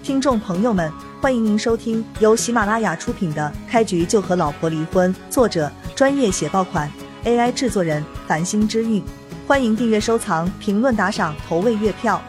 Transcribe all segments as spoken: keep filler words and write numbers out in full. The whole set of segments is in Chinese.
听众朋友们，欢迎您收听由喜马拉雅出品的《开局就和老婆离婚》，作者专业写爆款 ，A I 制作人繁星之韵。欢迎订阅、收藏、评论、打赏、投喂月票。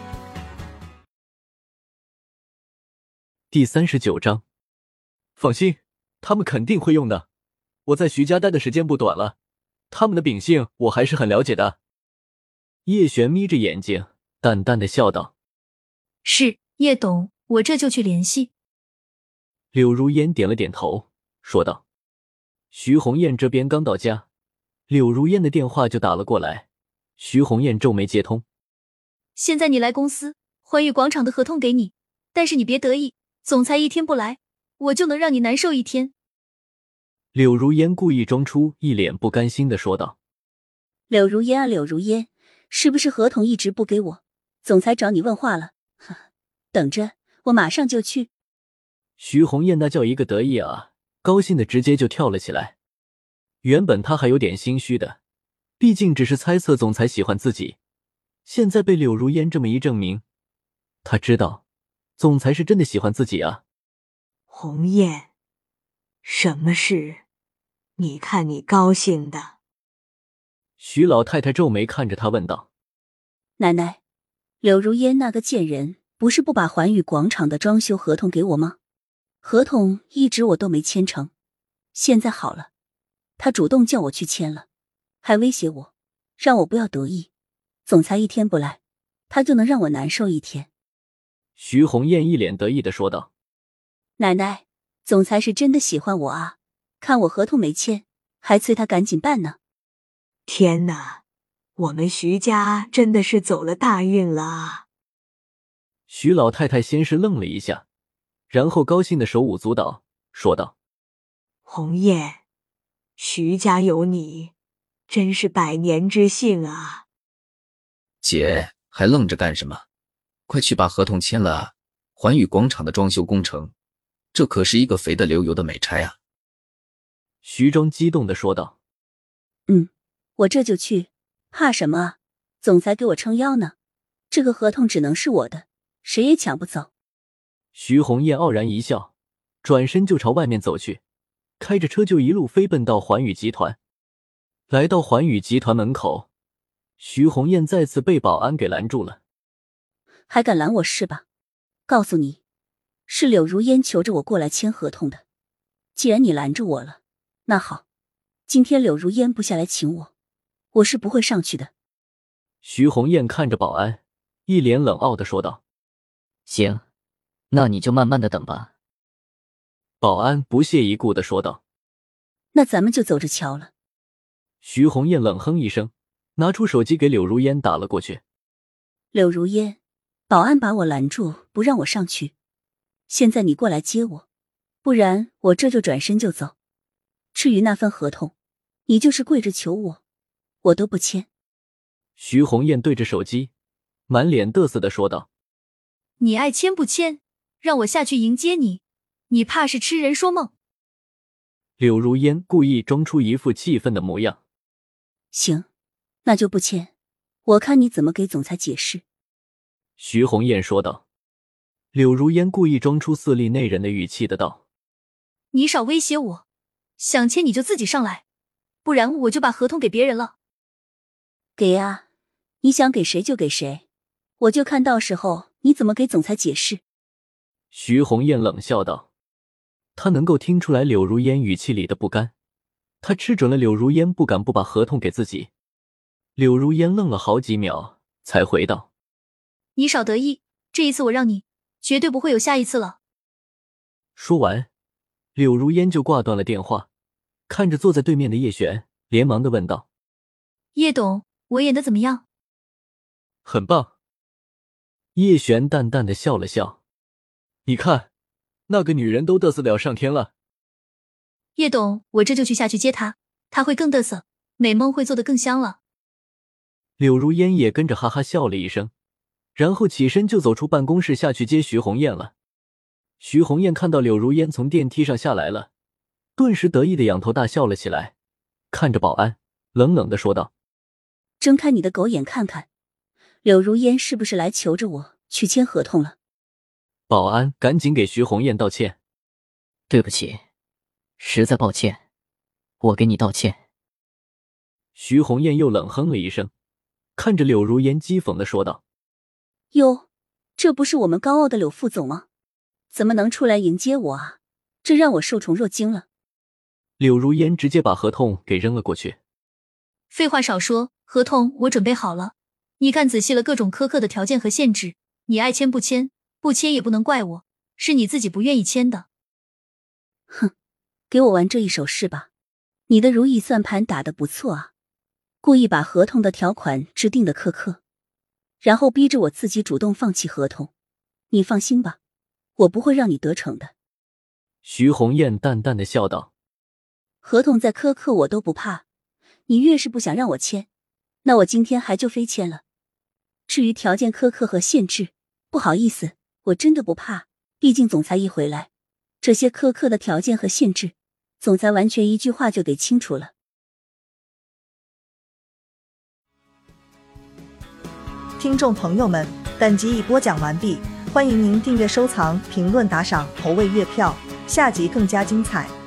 第三十九章，放心，他们肯定会用的。我在徐家待的时间不短了，他们的秉性我还是很了解的。叶璇眯着眼睛，淡淡的笑道：“ 是，叶董，我这就去联系。” 柳如烟点了点头，说道。徐红艳这边刚到家，柳如烟的电话就打了过来。徐红艳皱眉接通：“ 现在你来公司，环宇广场的合同给你，但是你别得意，总裁一天不来，我就能让你难受一天。” 柳如烟故意装出一脸不甘心的说道：“ 柳如烟啊，柳如烟，是不是合同一直不给我？总裁找你问话了，等着，我马上就去。” 徐红艳那叫一个得意啊，高兴的直接就跳了起来。原本她还有点心虚的，毕竟只是猜测总裁喜欢自己，现在被柳如烟这么一证明，她知道总裁是真的喜欢自己啊。 红艳，什么事？你看你高兴的。 徐老太太皱眉看着她问道：“ 奶奶，柳如烟那个贱人不是不把环宇广场的装修合同给我吗？合同一直我都没签成，现在好了，她主动叫我去签了，还威胁我，让我不要得意，总裁一天不来，她就能让我难受一天。” 徐红艳一脸得意地说道：“ 奶奶，总裁是真的喜欢我啊，看我合同没签，还催他赶紧办呢。” 天哪，我们徐家真的是走了大运了啊！ 徐老太太先是愣了一下，然后高兴的手舞足蹈，说道：“ 红艳，徐家有你，真是百年之幸啊！” 姐，还愣着干什么？快去把合同签了啊！环宇广场的装修工程，这可是一个肥得流油的美差啊！ 徐庄激动地说道：“ 嗯，我这就去，怕什么啊？总裁给我撑腰呢，这个合同只能是我的，谁也抢不走。” 徐红艳傲然一笑，转身就朝外面走去，开着车就一路飞奔到环宇集团。来到环宇集团门口，徐红艳再次被保安给拦住了。 “还敢拦我是吧？告诉你，是柳如烟求着我过来签合同的。既然你拦着我了，那好，今天柳如烟不下来请我，我是不会上去的。” 徐红艳看着保安，一脸冷傲地说道：“ 行，那你就慢慢的等吧。” 保安不屑一顾地说道：“ 那咱们就走着瞧了。” 徐红艳冷哼一声，拿出手机给柳如烟打了过去。 “柳如烟，保安把我拦住，不让我上去。现在你过来接我，不然我这就转身就走。至于那份合同，你就是跪着求我，我都不签。” 徐红艳对着手机，满脸得瑟地说道：“ 你爱签不签，让我下去迎接你，你怕是痴人说梦。” 柳如烟故意装出一副气愤的模样。 “行，那就不签，我看你怎么给总裁解释。” 徐红艳说道。柳如烟故意装出肆厉内荏的语气的道：“ 你少威胁我，想签你就自己上来，不然我就把合同给别人了。”“ 给啊，你想给谁就给谁，我就看到时候你怎么给总裁解释。” 徐红艳冷笑道。她能够听出来柳如烟语气里的不甘，她吃准了柳如烟不敢不把合同给自己。柳如烟愣了好几秒，才回道：“ 你少得意，这一次我让你，绝对不会有下一次了。” 说完，柳如烟就挂断了电话，看着坐在对面的叶璇，连忙地问道：“ 叶董，我演的怎么样？”“ 很棒。”叶璇淡淡地笑了笑：“你看，那个女人都嘚瑟了上天了。”“ 叶董，我这就去下去接她，她会更嘚瑟，美梦会做得更香了。” 柳如烟也跟着哈哈笑了一声，然后起身就走出办公室下去接徐红艳了。徐红艳看到柳如烟从电梯上下来了，顿时得意的仰头大笑了起来，看着保安，冷冷地说道：“ 睁开你的狗眼看看，柳如烟是不是来求着我去签合同了？” 保安赶紧给徐红艳道歉。 对不起，实在抱歉，我给你道歉。 徐红艳又冷哼了一声，看着柳如烟讥讽地说道： 哟，这不是我们高傲的柳副总吗？怎么能出来迎接我啊？这让我受宠若惊了。 柳如烟直接把合同给扔了过去。 废话少说，合同我准备好了，你看仔细了各种苛刻的条件和限制，你爱签不签，不签也不能怪我，是你自己不愿意签的。 哼，给我玩这一手是吧？你的如意算盘打得不错啊，故意把合同的条款制定的苛刻，然后逼着我自己主动放弃合同。你放心吧，我不会让你得逞的。 徐红艳淡淡的笑道： 合同再苛刻我都不怕，你越是不想让我签，那我今天还就非签了。至于条件苛刻和限制，不好意思，我真的不怕，毕竟总裁一回来，这些苛刻的条件和限制，总裁完全一句话就给清楚了。 听众朋友们，本集已播讲完毕，欢迎您订阅、收藏、评论、打赏、投喂月票，下集更加精彩。